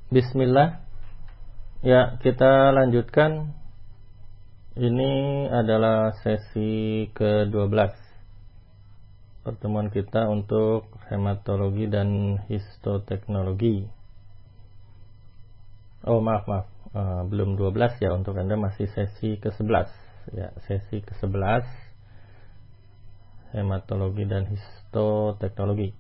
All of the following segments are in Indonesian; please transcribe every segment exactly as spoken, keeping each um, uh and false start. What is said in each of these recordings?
Bismillah. Ya, kita lanjutkan. Ini adalah sesi ke dua belas pertemuan kita untuk hematologi dan histoteknologi. Oh maaf maaf, uh, belum dua belas ya, untuk Anda masih sesi ke sebelas. Ya, sesi ke sebelas hematologi dan histoteknologi.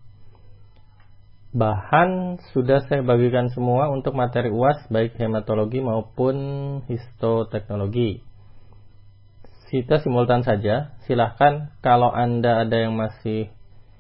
Bahan sudah saya bagikan semua untuk materi U A S, baik hematologi maupun histoteknologi. Kita simultan saja. Silahkan kalau Anda ada yang masih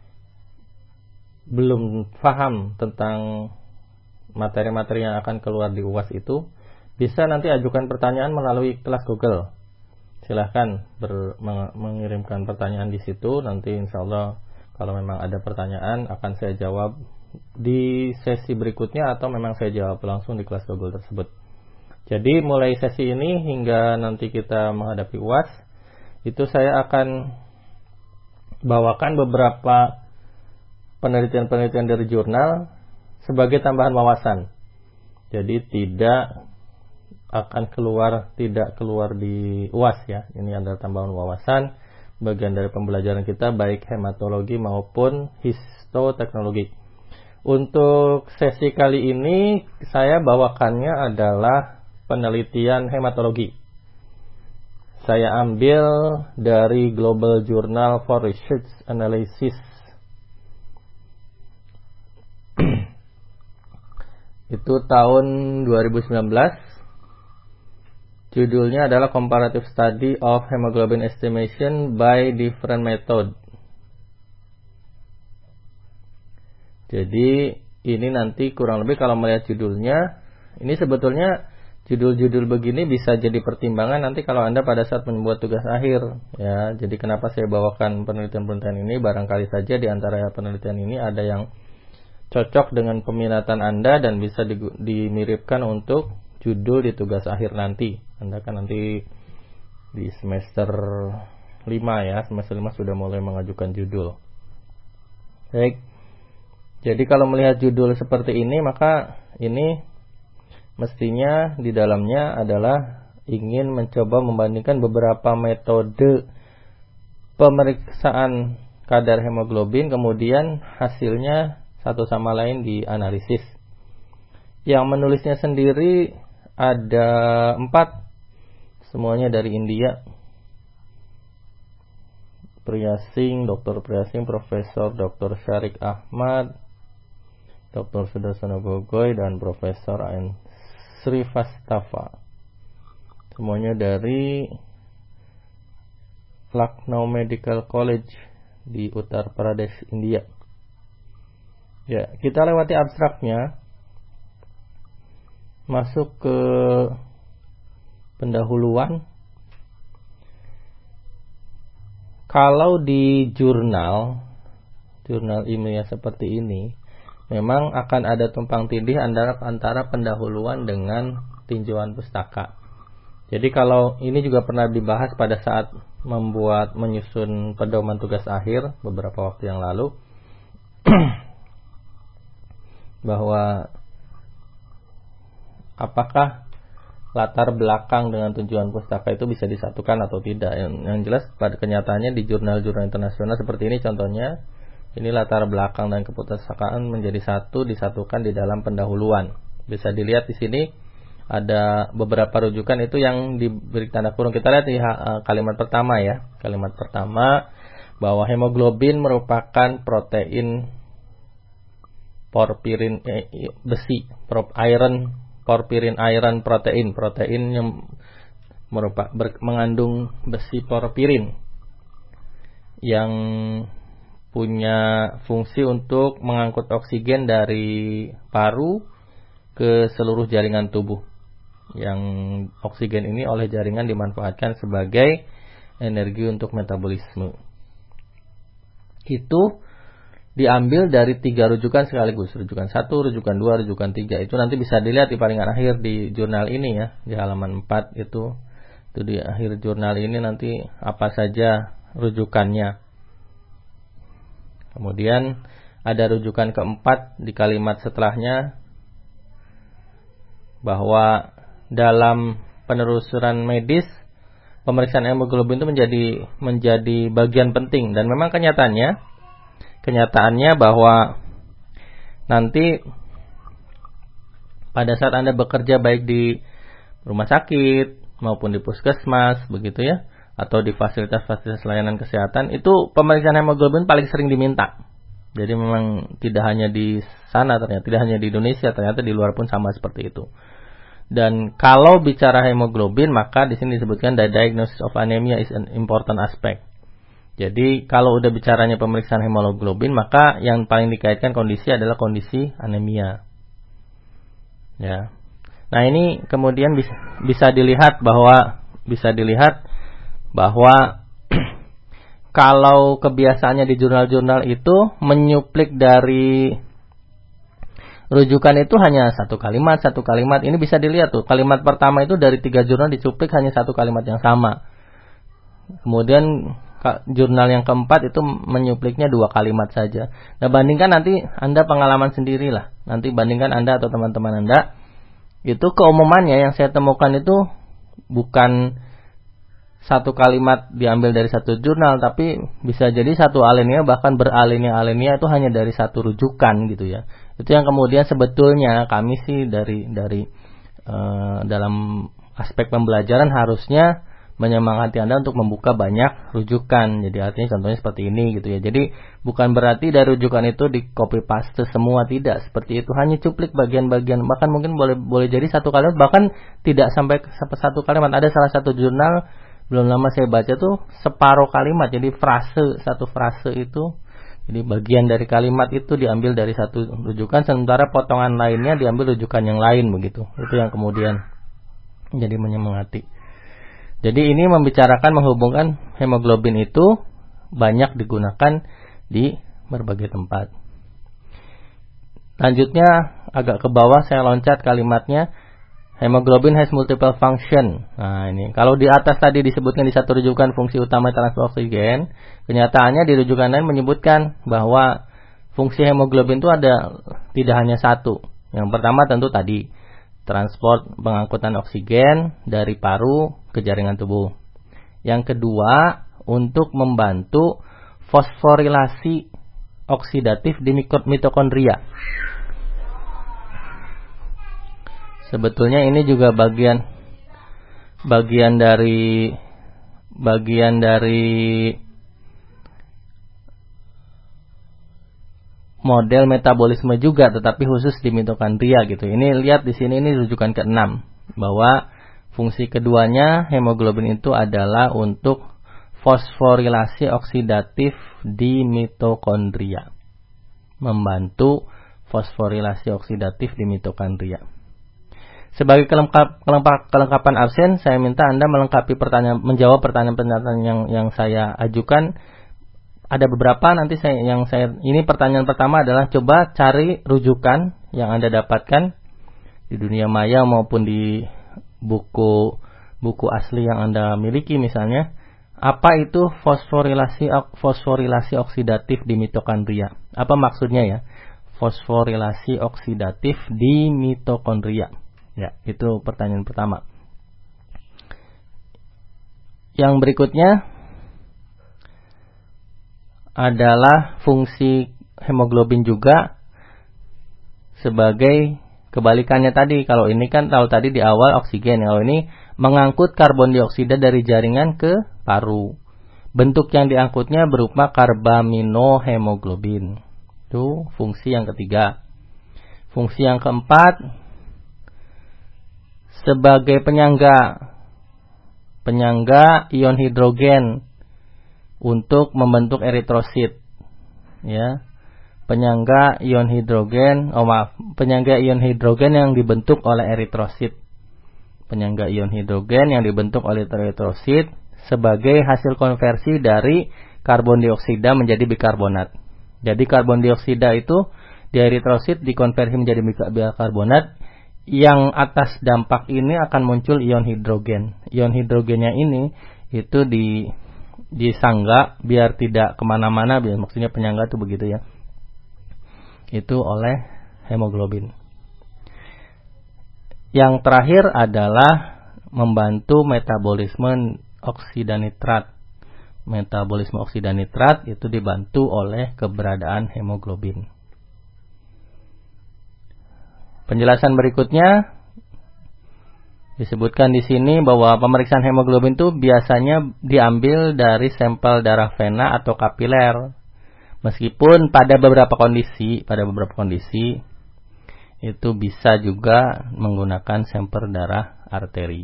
belum paham tentang materi-materi yang akan keluar di U A S itu, bisa nanti ajukan pertanyaan melalui kelas Google. Silahkan ber, mengirimkan pertanyaan di situ. Nanti insya Allah kalau memang ada pertanyaan akan saya jawab di sesi berikutnya, atau memang saya jawab langsung di kelas Google tersebut. Jadi mulai sesi ini hingga nanti kita menghadapi U A S, itu saya akan bawakan beberapa penelitian-penelitian dari jurnal sebagai tambahan wawasan. Jadi tidak akan keluar tidak keluar di U A S ya. Ini adalah tambahan wawasan, bagian dari pembelajaran kita baik hematologi maupun histoteknologi. Untuk sesi kali ini saya bawakannya adalah penelitian hematologi. Saya ambil dari Global Journal for Research Analysis. Itu tahun dua ribu sembilan belas. Judulnya adalah Comparative Study of Hemoglobin Estimation by Different Method. Jadi ini nanti kurang lebih kalau melihat judulnya, ini sebetulnya judul-judul begini bisa jadi pertimbangan nanti kalau Anda pada saat membuat tugas akhir ya. Jadi kenapa saya bawakan penelitian-penelitian ini, barangkali saja di antara penelitian ini ada yang cocok dengan peminatan Anda dan bisa di, dimiripkan untuk judul di tugas akhir nanti. Anda kan nanti di semester lima ya, semester lima sudah mulai mengajukan judul. Baik. Jadi kalau melihat judul seperti ini, maka ini mestinya di dalamnya adalah ingin mencoba membandingkan beberapa metode pemeriksaan kadar hemoglobin, kemudian hasilnya satu sama lain dianalisis. Yang menulisnya sendiri ada empat, semuanya dari India. Priyasing, Doktor Priyasing, Profesor Doktor Syarik Ahmad, Doktor Sudarsana Gogoi, dan Profesor Ain Srivastafa. Semuanya dari Lucknow Medical College di Uttar Pradesh, India. Ya, kita lewati abstraknya. Masuk ke pendahuluan. Kalau di jurnal, jurnal ilmiah seperti ini, memang akan ada tumpang tindih antara, antara pendahuluan dengan tinjauan pustaka. Jadi kalau ini juga pernah dibahas pada saat membuat menyusun pedoman tugas akhir beberapa waktu yang lalu, bahwa apakah latar belakang dengan tujuan pustaka itu bisa disatukan atau tidak. Yang jelas pada kenyataannya di jurnal-jurnal internasional seperti ini contohnya, ini latar belakang dan kepustakaan menjadi satu, disatukan di dalam pendahuluan. Bisa dilihat di sini ada beberapa rujukan itu yang diberi tanda kurung. Kita lihat di kalimat pertama ya. Kalimat pertama bahwa hemoglobin merupakan protein porfirin eh, besi, prop iron, porfirin iron protein, protein yang merupakan ber, mengandung besi porfirin yang punya fungsi untuk mengangkut oksigen dari paru ke seluruh jaringan tubuh. Yang oksigen ini oleh jaringan dimanfaatkan sebagai energi untuk metabolisme. Itu diambil dari tiga rujukan sekaligus. Rujukan satu, rujukan dua, rujukan tiga. Itu nanti bisa dilihat di palingan akhir di jurnal ini ya. Di halaman empat itu. Itu di akhir jurnal ini nanti apa saja rujukannya. Kemudian ada rujukan keempat di kalimat setelahnya, bahwa dalam penelusuran medis pemeriksaan hemoglobin itu menjadi menjadi bagian penting, dan memang kenyataannya kenyataannya bahwa nanti pada saat Anda bekerja baik di rumah sakit maupun di puskesmas begitu ya, atau di fasilitas-fasilitas layanan kesehatan, itu pemeriksaan hemoglobin paling sering diminta. Jadi memang tidak hanya di sana ternyata, tidak hanya di Indonesia, ternyata di luar pun sama seperti itu. Dan kalau bicara hemoglobin, maka di sini disebutkan the diagnosis of anemia is an important aspect. Jadi kalau udah bicaranya pemeriksaan hemoglobin, maka yang paling dikaitkan kondisi adalah kondisi anemia. Ya. Nah, ini kemudian bisa, bisa dilihat bahwa bisa dilihat bahwa kalau kebiasaannya di jurnal-jurnal itu menyuplik dari rujukan itu hanya satu kalimat, satu kalimat. Ini bisa dilihat tuh, kalimat pertama itu dari tiga jurnal dicuplik hanya satu kalimat yang sama. Kemudian jurnal yang keempat itu menyupliknya dua kalimat saja. Nah, bandingkan nanti Anda pengalaman sendirilah. Nanti bandingkan Anda atau teman-teman Anda. Itu keumumannya yang saya temukan itu bukan satu kalimat diambil dari satu jurnal, tapi bisa jadi satu alinea, bahkan beralinea-alinea itu hanya dari satu rujukan gitu ya. Itu yang kemudian sebetulnya kami sih dari dari e, dalam aspek pembelajaran harusnya menyemangati Anda untuk membuka banyak rujukan. Jadi artinya contohnya seperti ini gitu ya. Jadi bukan berarti dari rujukan itu di copy paste semua, tidak seperti itu. Hanya cuplik bagian-bagian, bahkan mungkin boleh boleh jadi satu kalimat, bahkan tidak sampai satu kalimat. Ada salah satu jurnal belum lama saya baca tuh separuh kalimat, jadi frase, satu frase itu, jadi bagian dari kalimat itu diambil dari satu rujukan, sementara potongan lainnya diambil rujukan yang lain begitu. Itu yang kemudian jadi menyemangati. Jadi ini membicarakan, menghubungkan hemoglobin itu banyak digunakan di berbagai tempat. Lanjutnya agak ke bawah saya loncat kalimatnya. Hemoglobin has multiple function. Nah, ini kalau di atas tadi disebutkan di satu rujukan fungsi utama transport oksigen, kenyataannya di rujukan lain menyebutkan bahwa fungsi hemoglobin itu ada tidak hanya satu. Yang pertama tentu tadi transport, pengangkutan oksigen dari paru ke jaringan tubuh. Yang kedua, untuk membantu fosforilasi oksidatif di mitokondria. Sebetulnya ini juga bagian bagian dari bagian dari model metabolisme juga, tetapi khusus di mitokondria gitu. Ini lihat di sini, ini rujukan keenam, bahwa fungsi keduanya hemoglobin itu adalah untuk fosforilasi oksidatif di mitokondria. Membantu fosforilasi oksidatif di mitokondria. Sebagai kelengkap, kelengkap, kelengkapan absen, saya minta Anda melengkapi pertanyaan, menjawab pertanyaan-pertanyaan yang yang saya ajukan. Ada beberapa nanti saya yang saya ini pertanyaan pertama adalah coba cari rujukan yang Anda dapatkan di dunia maya maupun di buku buku asli yang Anda miliki misalnya. Apa itu fosforilasi fosforilasi oksidatif di mitokondria? Apa maksudnya ya? Fosforilasi oksidatif di mitokondria. Ya, itu pertanyaan pertama. Yang berikutnya adalah fungsi hemoglobin juga sebagai kebalikannya tadi. Kalau ini kan tahu tadi di awal oksigen, kalau ini mengangkut karbon dioksida dari jaringan ke paru. Bentuk yang diangkutnya berupa karbaminohemoglobin. Itu fungsi yang ketiga. Fungsi yang keempat, sebagai penyangga penyangga ion hidrogen untuk membentuk eritrosit, ya, penyangga ion hidrogen, oh maaf, penyangga ion hidrogen yang dibentuk oleh eritrosit, penyangga ion hidrogen yang dibentuk oleh eritrosit sebagai hasil konversi dari karbon dioksida menjadi bikarbonat. Jadi karbon dioksida itu di eritrosit dikonversi menjadi bikarbonat. Yang atas dampak ini akan muncul ion hidrogen. Ion hidrogennya ini itu di disangga biar tidak kemana-mana, biar maksudnya penyangga itu begitu ya. Itu oleh hemoglobin. yang terakhir adalah membantu metabolisme oksida nitrat. Metabolisme oksida nitrat itu dibantu oleh keberadaan hemoglobin. Penjelasan berikutnya disebutkan di sini bahwa pemeriksaan hemoglobin itu biasanya diambil dari sampel darah vena atau kapiler. Meskipun pada beberapa kondisi, pada beberapa kondisi itu bisa juga menggunakan sampel darah arteri.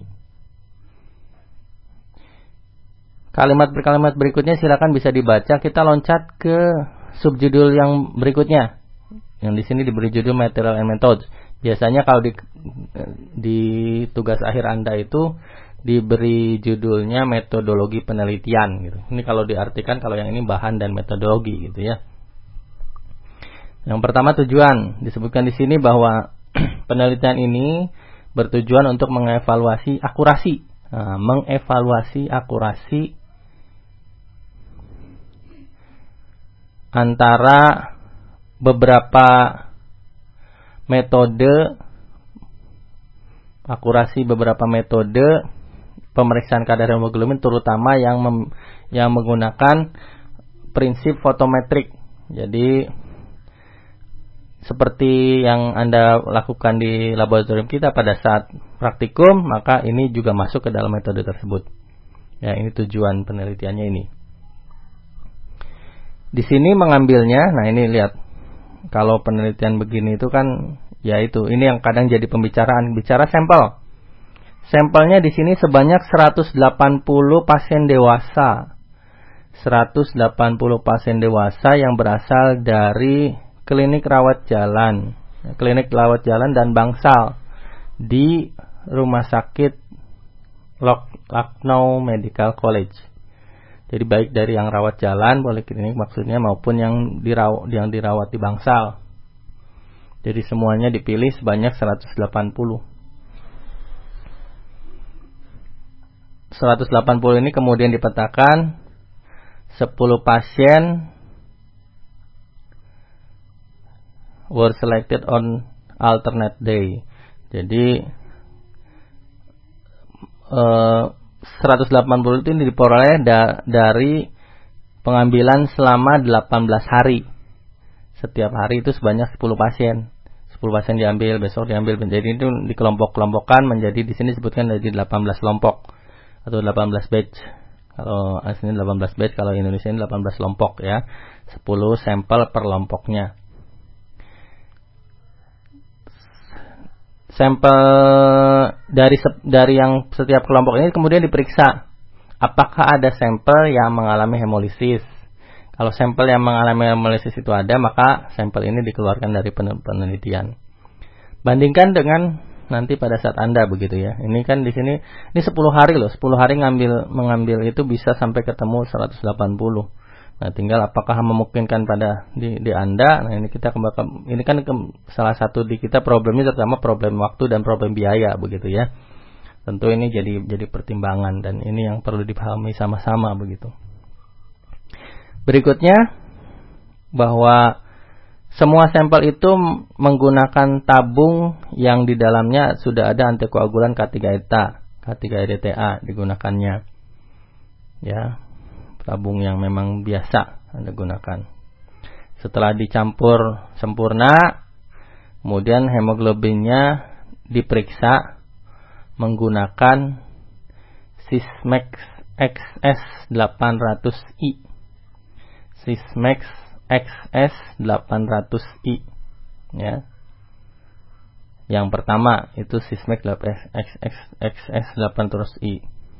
Kalimat per kalimat berikutnya silakan bisa dibaca. Kita loncat ke subjudul yang berikutnya. Yang di sini diberi judul Material and Methods. Biasanya kalau di, di tugas akhir Anda itu diberi judulnya metodologi penelitian gitu. Ini kalau diartikan, kalau yang ini bahan dan metodologi gitu ya. Yang pertama tujuan, disebutkan di sini bahwa penelitian ini bertujuan untuk mengevaluasi akurasi, nah, mengevaluasi akurasi antara beberapa metode, akurasi beberapa metode pemeriksaan kadar hemoglobin, terutama yang mem, yang menggunakan prinsip fotometrik. Jadi seperti yang Anda lakukan di laboratorium kita pada saat praktikum, maka ini juga masuk ke dalam metode tersebut. Ya, ini tujuan penelitiannya ini. Di sini mengambilnya, nah ini lihat. Kalau penelitian begini itu kan, ya itu, ini yang kadang jadi pembicaraan, bicara sampel. Sampelnya di sini sebanyak seratus delapan puluh pasien dewasa. seratus delapan puluh pasien dewasa yang berasal dari klinik rawat jalan, klinik rawat jalan dan bangsal di Rumah Sakit Lucknow Medical College. Jadi baik dari yang rawat jalan, poliklinik maksudnya, maupun yang dirawat, yang dirawat di bangsal. Jadi semuanya dipilih sebanyak seratus delapan puluh. seratus delapan puluh ini kemudian dipetakan sepuluh pasien were selected on alternate day. Jadi eh, seratus delapan puluh itu diperoleh da, dari pengambilan selama delapan belas hari. Setiap hari itu sebanyak sepuluh pasien. sepuluh pasien diambil, besok diambil. Jadi itu dikelompok-kelompokkan menjadi, di sini disebutkan dari delapan belas kelompok atau delapan belas batch. Kalau aslinya delapan belas batch, kalau Indonesia ini delapan belas kelompok ya. sepuluh sampel per kelompoknya. Sampel dari dari yang setiap kelompok ini kemudian diperiksa apakah ada sampel yang mengalami hemolisis. Kalau sampel yang mengalami hemolisis itu ada, maka sampel ini dikeluarkan dari penelitian. Bandingkan dengan nanti pada saat Anda begitu ya. Ini kan di sini ini sepuluh hari loh, sepuluh hari ngambil mengambil itu bisa sampai ketemu seratus delapan puluh. Nah, tinggal apakah memungkinkan pada di, di Anda. Nah, ini kita kembali, ini kan ke, salah satu di kita problemnya terutama problem waktu dan problem biaya begitu ya. Tentu ini jadi jadi pertimbangan dan ini yang perlu dipahami sama-sama begitu. Berikutnya bahwa semua sampel itu menggunakan tabung yang di dalamnya sudah ada antikoagulan K tiga E T A, K tiga E D T A digunakannya. Ya, tabung yang memang biasa Anda gunakan. Setelah dicampur sempurna, kemudian hemoglobinnya diperiksa menggunakan Sysmex X S delapan ratus I. Sysmex X S delapan ratus I ya. Yang pertama itu Sysmex X S delapan ratus I.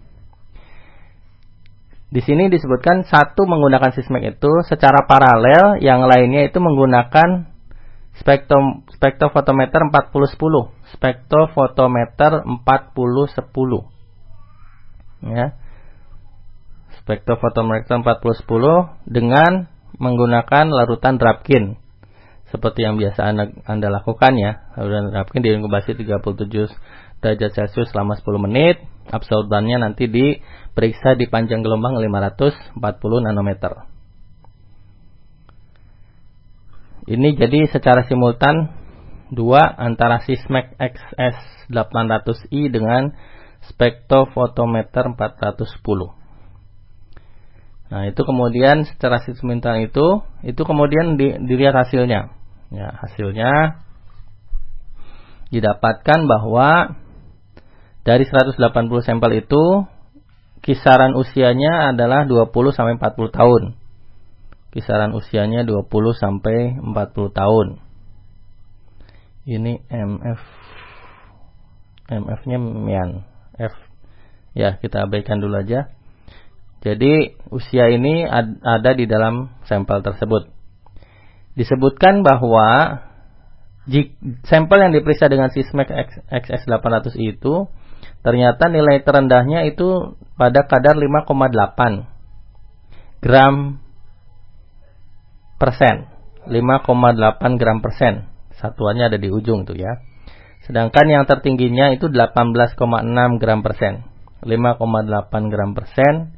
Di sini disebutkan satu menggunakan Sysmex itu secara paralel, yang lainnya itu menggunakan spektrum spektrofotometer empat puluh sepuluh. Spektrofotometer empat puluh sepuluh. Ya. Spektrofotometer empat puluh sepuluh dengan menggunakan larutan Drapkin seperti yang biasa Anda, anda lakukan ya. Larutan Drapkin diinkubasi tiga puluh tujuh derajat Celcius selama sepuluh menit. Absorbannya nanti diperiksa di panjang gelombang lima ratus empat puluh nanometer. Ini jadi secara simultan Dua, antara Sysmex X S delapan ratus i dengan spektrofotometer empat ratus sepuluh. Nah, itu kemudian secara simultan itu, itu kemudian di, dilihat hasilnya. Ya, hasilnya didapatkan bahwa dari seratus delapan puluh sampel itu kisaran usianya adalah dua puluh sampai empat puluh tahun. Kisaran usianya dua puluh sampai empat puluh tahun. Ini M F M F-nya Mian. F. Ya, kita abaikan dulu aja. Jadi, usia ini ad, ada di dalam sampel tersebut. Disebutkan bahwa jik, sampel yang diperiksa dengan Sysmex X S delapan ratus i itu ternyata nilai terendahnya itu pada kadar lima koma delapan gram persen. lima koma delapan gram persen. Satuannya ada di ujung tuh ya. Sedangkan yang tertingginya itu delapan belas koma enam gram persen. lima koma delapan gram persen.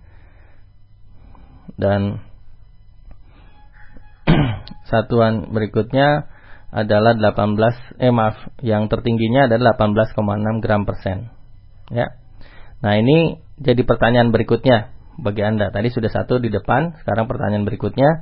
Dan satuan berikutnya adalah delapan belas eh maaf, yang tertingginya adalah delapan belas koma enam gram persen. Ya. Nah, ini jadi pertanyaan berikutnya bagi Anda. Tadi sudah satu di depan, sekarang pertanyaan berikutnya.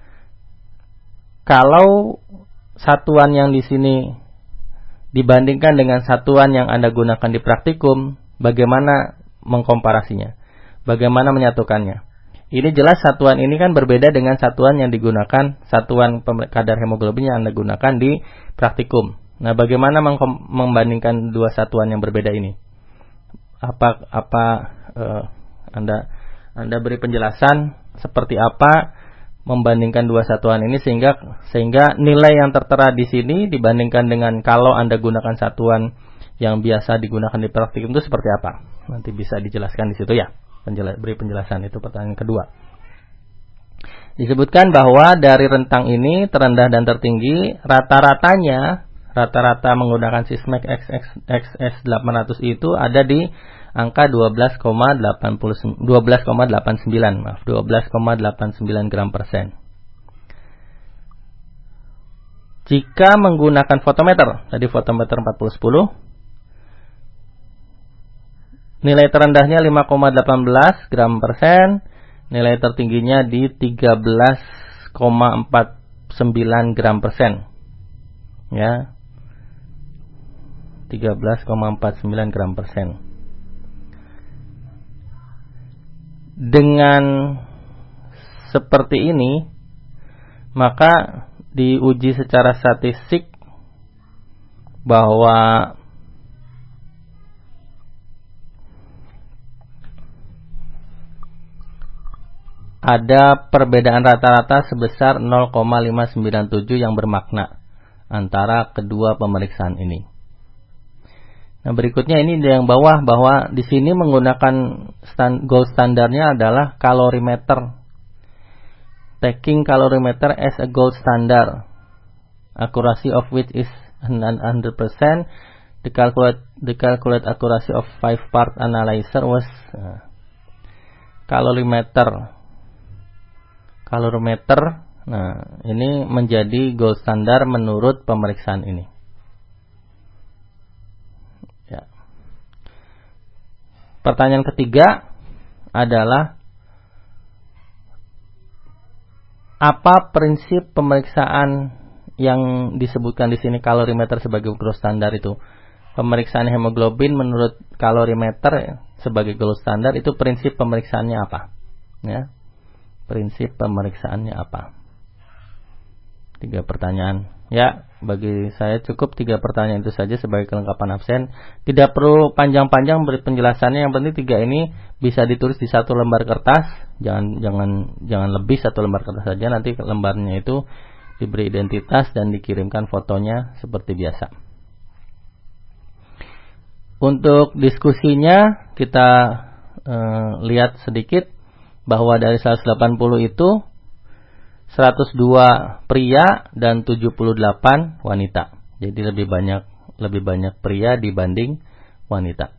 Kalau satuan yang di sini dibandingkan dengan satuan yang Anda gunakan di praktikum, bagaimana mengkomparasinya? Bagaimana menyatukannya? Ini jelas satuan ini kan berbeda dengan satuan yang digunakan, satuan kadar hemoglobin yang Anda gunakan di praktikum. Nah, bagaimana membandingkan dua satuan yang berbeda ini? Apa apa uh, Anda Anda beri penjelasan seperti apa membandingkan dua satuan ini sehingga sehingga nilai yang tertera di sini dibandingkan dengan kalau Anda gunakan satuan yang biasa digunakan di praktikum itu seperti apa? Nanti bisa dijelaskan di situ ya. Penjelas, beri penjelasan, itu pertanyaan kedua. Disebutkan bahwa dari rentang ini terendah dan tertinggi rata-ratanya rata-rata menggunakan Sysmex X S delapan ratus i itu ada di angka dua belas koma delapan sembilan maaf dua belas koma delapan sembilan gram persen. Jika menggunakan fotometer, tadi fotometer empat puluh sepuluh, nilai terendahnya lima koma satu delapan gram persen, nilai tertingginya di tiga belas koma empat sembilan gram persen. Ya. tiga belas koma empat sembilan gram persen. Dengan seperti ini, maka diuji secara statistik bahwa ada perbedaan rata-rata sebesar nol koma lima sembilan tujuh yang bermakna antara kedua pemeriksaan ini. Nah, berikutnya ini di yang bawah bahwa di sini menggunakan stand, gold standarnya adalah kalorimeter. Taking calorimeter as a gold standard, accuracy of which is one hundred percent. The calculate the calculate accuracy of five part analyzer was uh, kalorimeter. Kalorimeter. Nah, ini menjadi gold standar menurut pemeriksaan ini. Ya. Pertanyaan ketiga adalah apa prinsip pemeriksaan yang disebutkan di sini kalorimeter sebagai gold standar itu? Pemeriksaan hemoglobin menurut kalorimeter sebagai gold standar itu prinsip pemeriksaannya apa? Ya. Prinsip pemeriksaannya apa? Tiga pertanyaan. Ya, bagi saya cukup tiga pertanyaan itu saja sebagai kelengkapan absen. Tidak perlu panjang-panjang beri penjelasannya. Yang penting tiga ini bisa ditulis di satu lembar kertas. Jangan jangan jangan lebih satu lembar kertas saja. Nanti lembarnya itu diberi identitas dan dikirimkan fotonya seperti biasa. Untuk diskusinya kita eh, lihat sedikit bahwa dari seratus delapan puluh itu seratus dua pria dan tujuh puluh delapan wanita. Jadi lebih banyak lebih banyak pria dibanding wanita.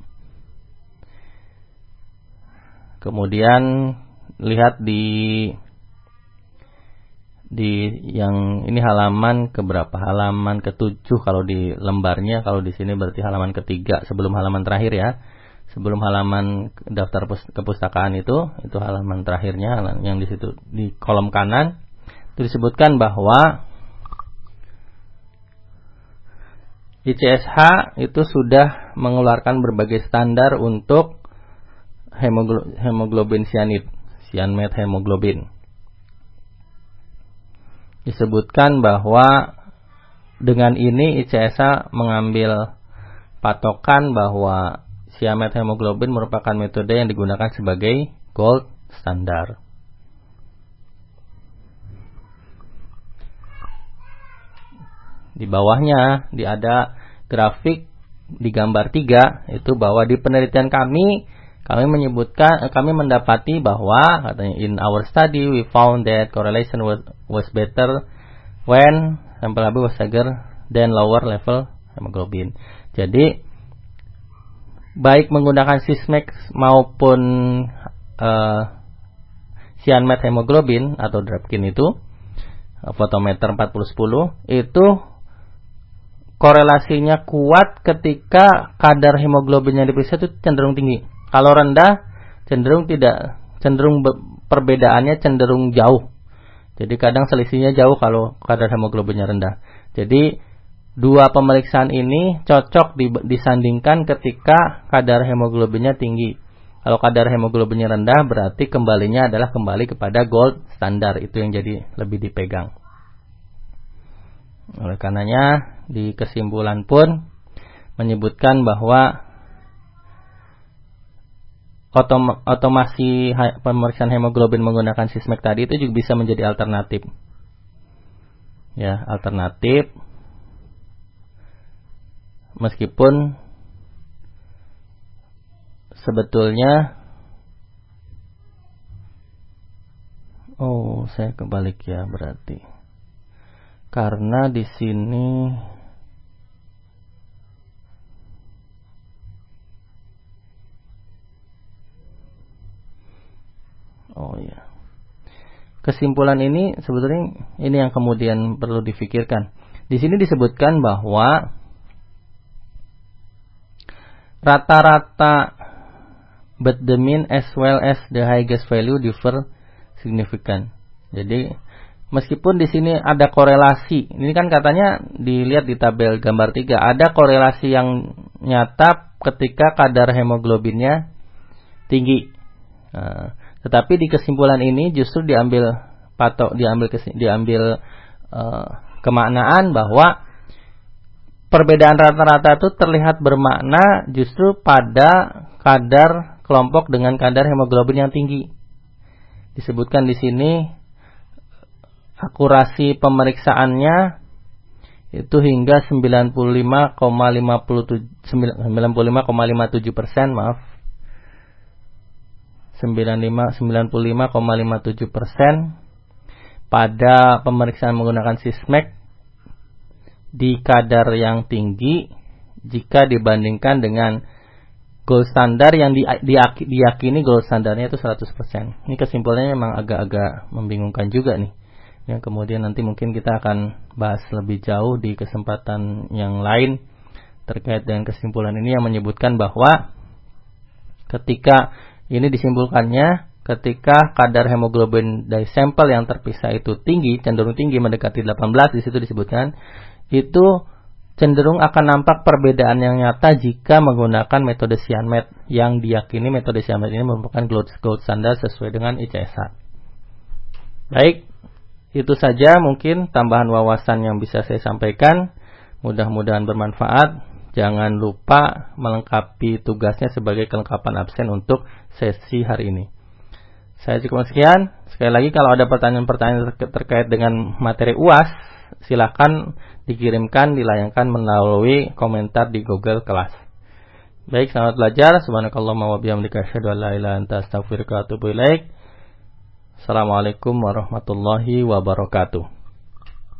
Kemudian lihat di di yang ini halaman keberapa? Halaman ketujuh kalau di lembarnya, kalau di sini berarti halaman ketiga sebelum halaman terakhir ya. Sebelum halaman daftar kepustakaan itu, itu halaman terakhirnya yang di situ di kolom kanan itu disebutkan bahwa I C S H itu sudah mengeluarkan berbagai standar untuk hemoglobin cyanide, cyanide hemoglobin. Disebutkan bahwa dengan ini I C S H mengambil patokan bahwa cyanide hemoglobin merupakan metode yang digunakan sebagai gold standar. Di bawahnya di ada grafik di gambar tiga itu bahwa di penelitian kami kami menyebutkan kami mendapati bahwa katanya in our study we found that correlation was, was better when sampel H B was higher than lower level hemoglobin. Jadi baik menggunakan Sysmex maupun uh, cyanide hemoglobin atau Dropkin itu fotometer empat puluh sepuluh itu korelasinya kuat ketika kadar hemoglobin yang diperiksa itu cenderung tinggi. Kalau rendah cenderung tidak, cenderung perbedaannya cenderung jauh. Jadi kadang selisihnya jauh kalau kadar hemoglobinnya rendah. Jadi dua pemeriksaan ini cocok disandingkan ketika kadar hemoglobinnya tinggi. Kalau kadar hemoglobinnya rendah berarti kembalinya adalah kembali kepada gold standar, itu yang jadi lebih dipegang. Oleh karenanya di kesimpulan pun menyebutkan bahwa otom- otomasi pemeriksaan hemoglobin menggunakan Sysmex tadi itu juga bisa menjadi alternatif. Ya, alternatif meskipun sebetulnya oh, saya kebalik ya berarti. Karena di sini oh ya. Kesimpulan ini sebetulnya ini yang kemudian perlu difikirkan. Di sini disebutkan bahwa rata-rata but the mean as well as the highest value differ significant. Jadi meskipun di sini ada korelasi, ini kan katanya dilihat di tabel gambar tiga, ada korelasi yang nyata ketika kadar hemoglobinnya tinggi. Nah, tetapi di kesimpulan ini justru diambil patok, diambil diambil uh, kemaknaan bahwa perbedaan rata-rata itu terlihat bermakna justru pada kadar kelompok dengan kadar hemoglobin yang tinggi. Disebutkan di sini akurasi pemeriksaannya itu hingga sembilan puluh lima koma lima tujuh persen, maaf. sembilan puluh lima koma lima tujuh persen pada pemeriksaan menggunakan Sysmex di kadar yang tinggi jika dibandingkan dengan gold standar yang di, di, diyakini gold standarnya itu seratus persen. Ini kesimpulannya memang agak-agak membingungkan juga nih. Yang kemudian nanti mungkin kita akan bahas lebih jauh di kesempatan yang lain terkait dengan kesimpulan ini yang menyebutkan bahwa ketika ini disimpulkannya ketika kadar hemoglobin dari sampel yang terpisah itu tinggi, cenderung tinggi mendekati delapan belas, di situ disebutkan itu cenderung akan nampak perbedaan yang nyata jika menggunakan metode cyanide yang diyakini metode cyanide ini merupakan gold standar sesuai dengan I C S H. Baik, itu saja mungkin tambahan wawasan yang bisa saya sampaikan. Mudah-mudahan bermanfaat. Jangan lupa melengkapi tugasnya sebagai kelengkapan absen untuk sesi hari ini. Saya cukup sekian. Sekali lagi kalau ada pertanyaan-pertanyaan terkait dengan materi U A S, silakan dikirimkan, dilayangkan melalui komentar di Google Kelas. Baik, selamat belajar. Subhanakallahumma wa bihamdika asyhadu an la ilaha illa anta astaghfiruka wa atubu ilaik. Assalamualaikum warahmatullahi wabarakatuh.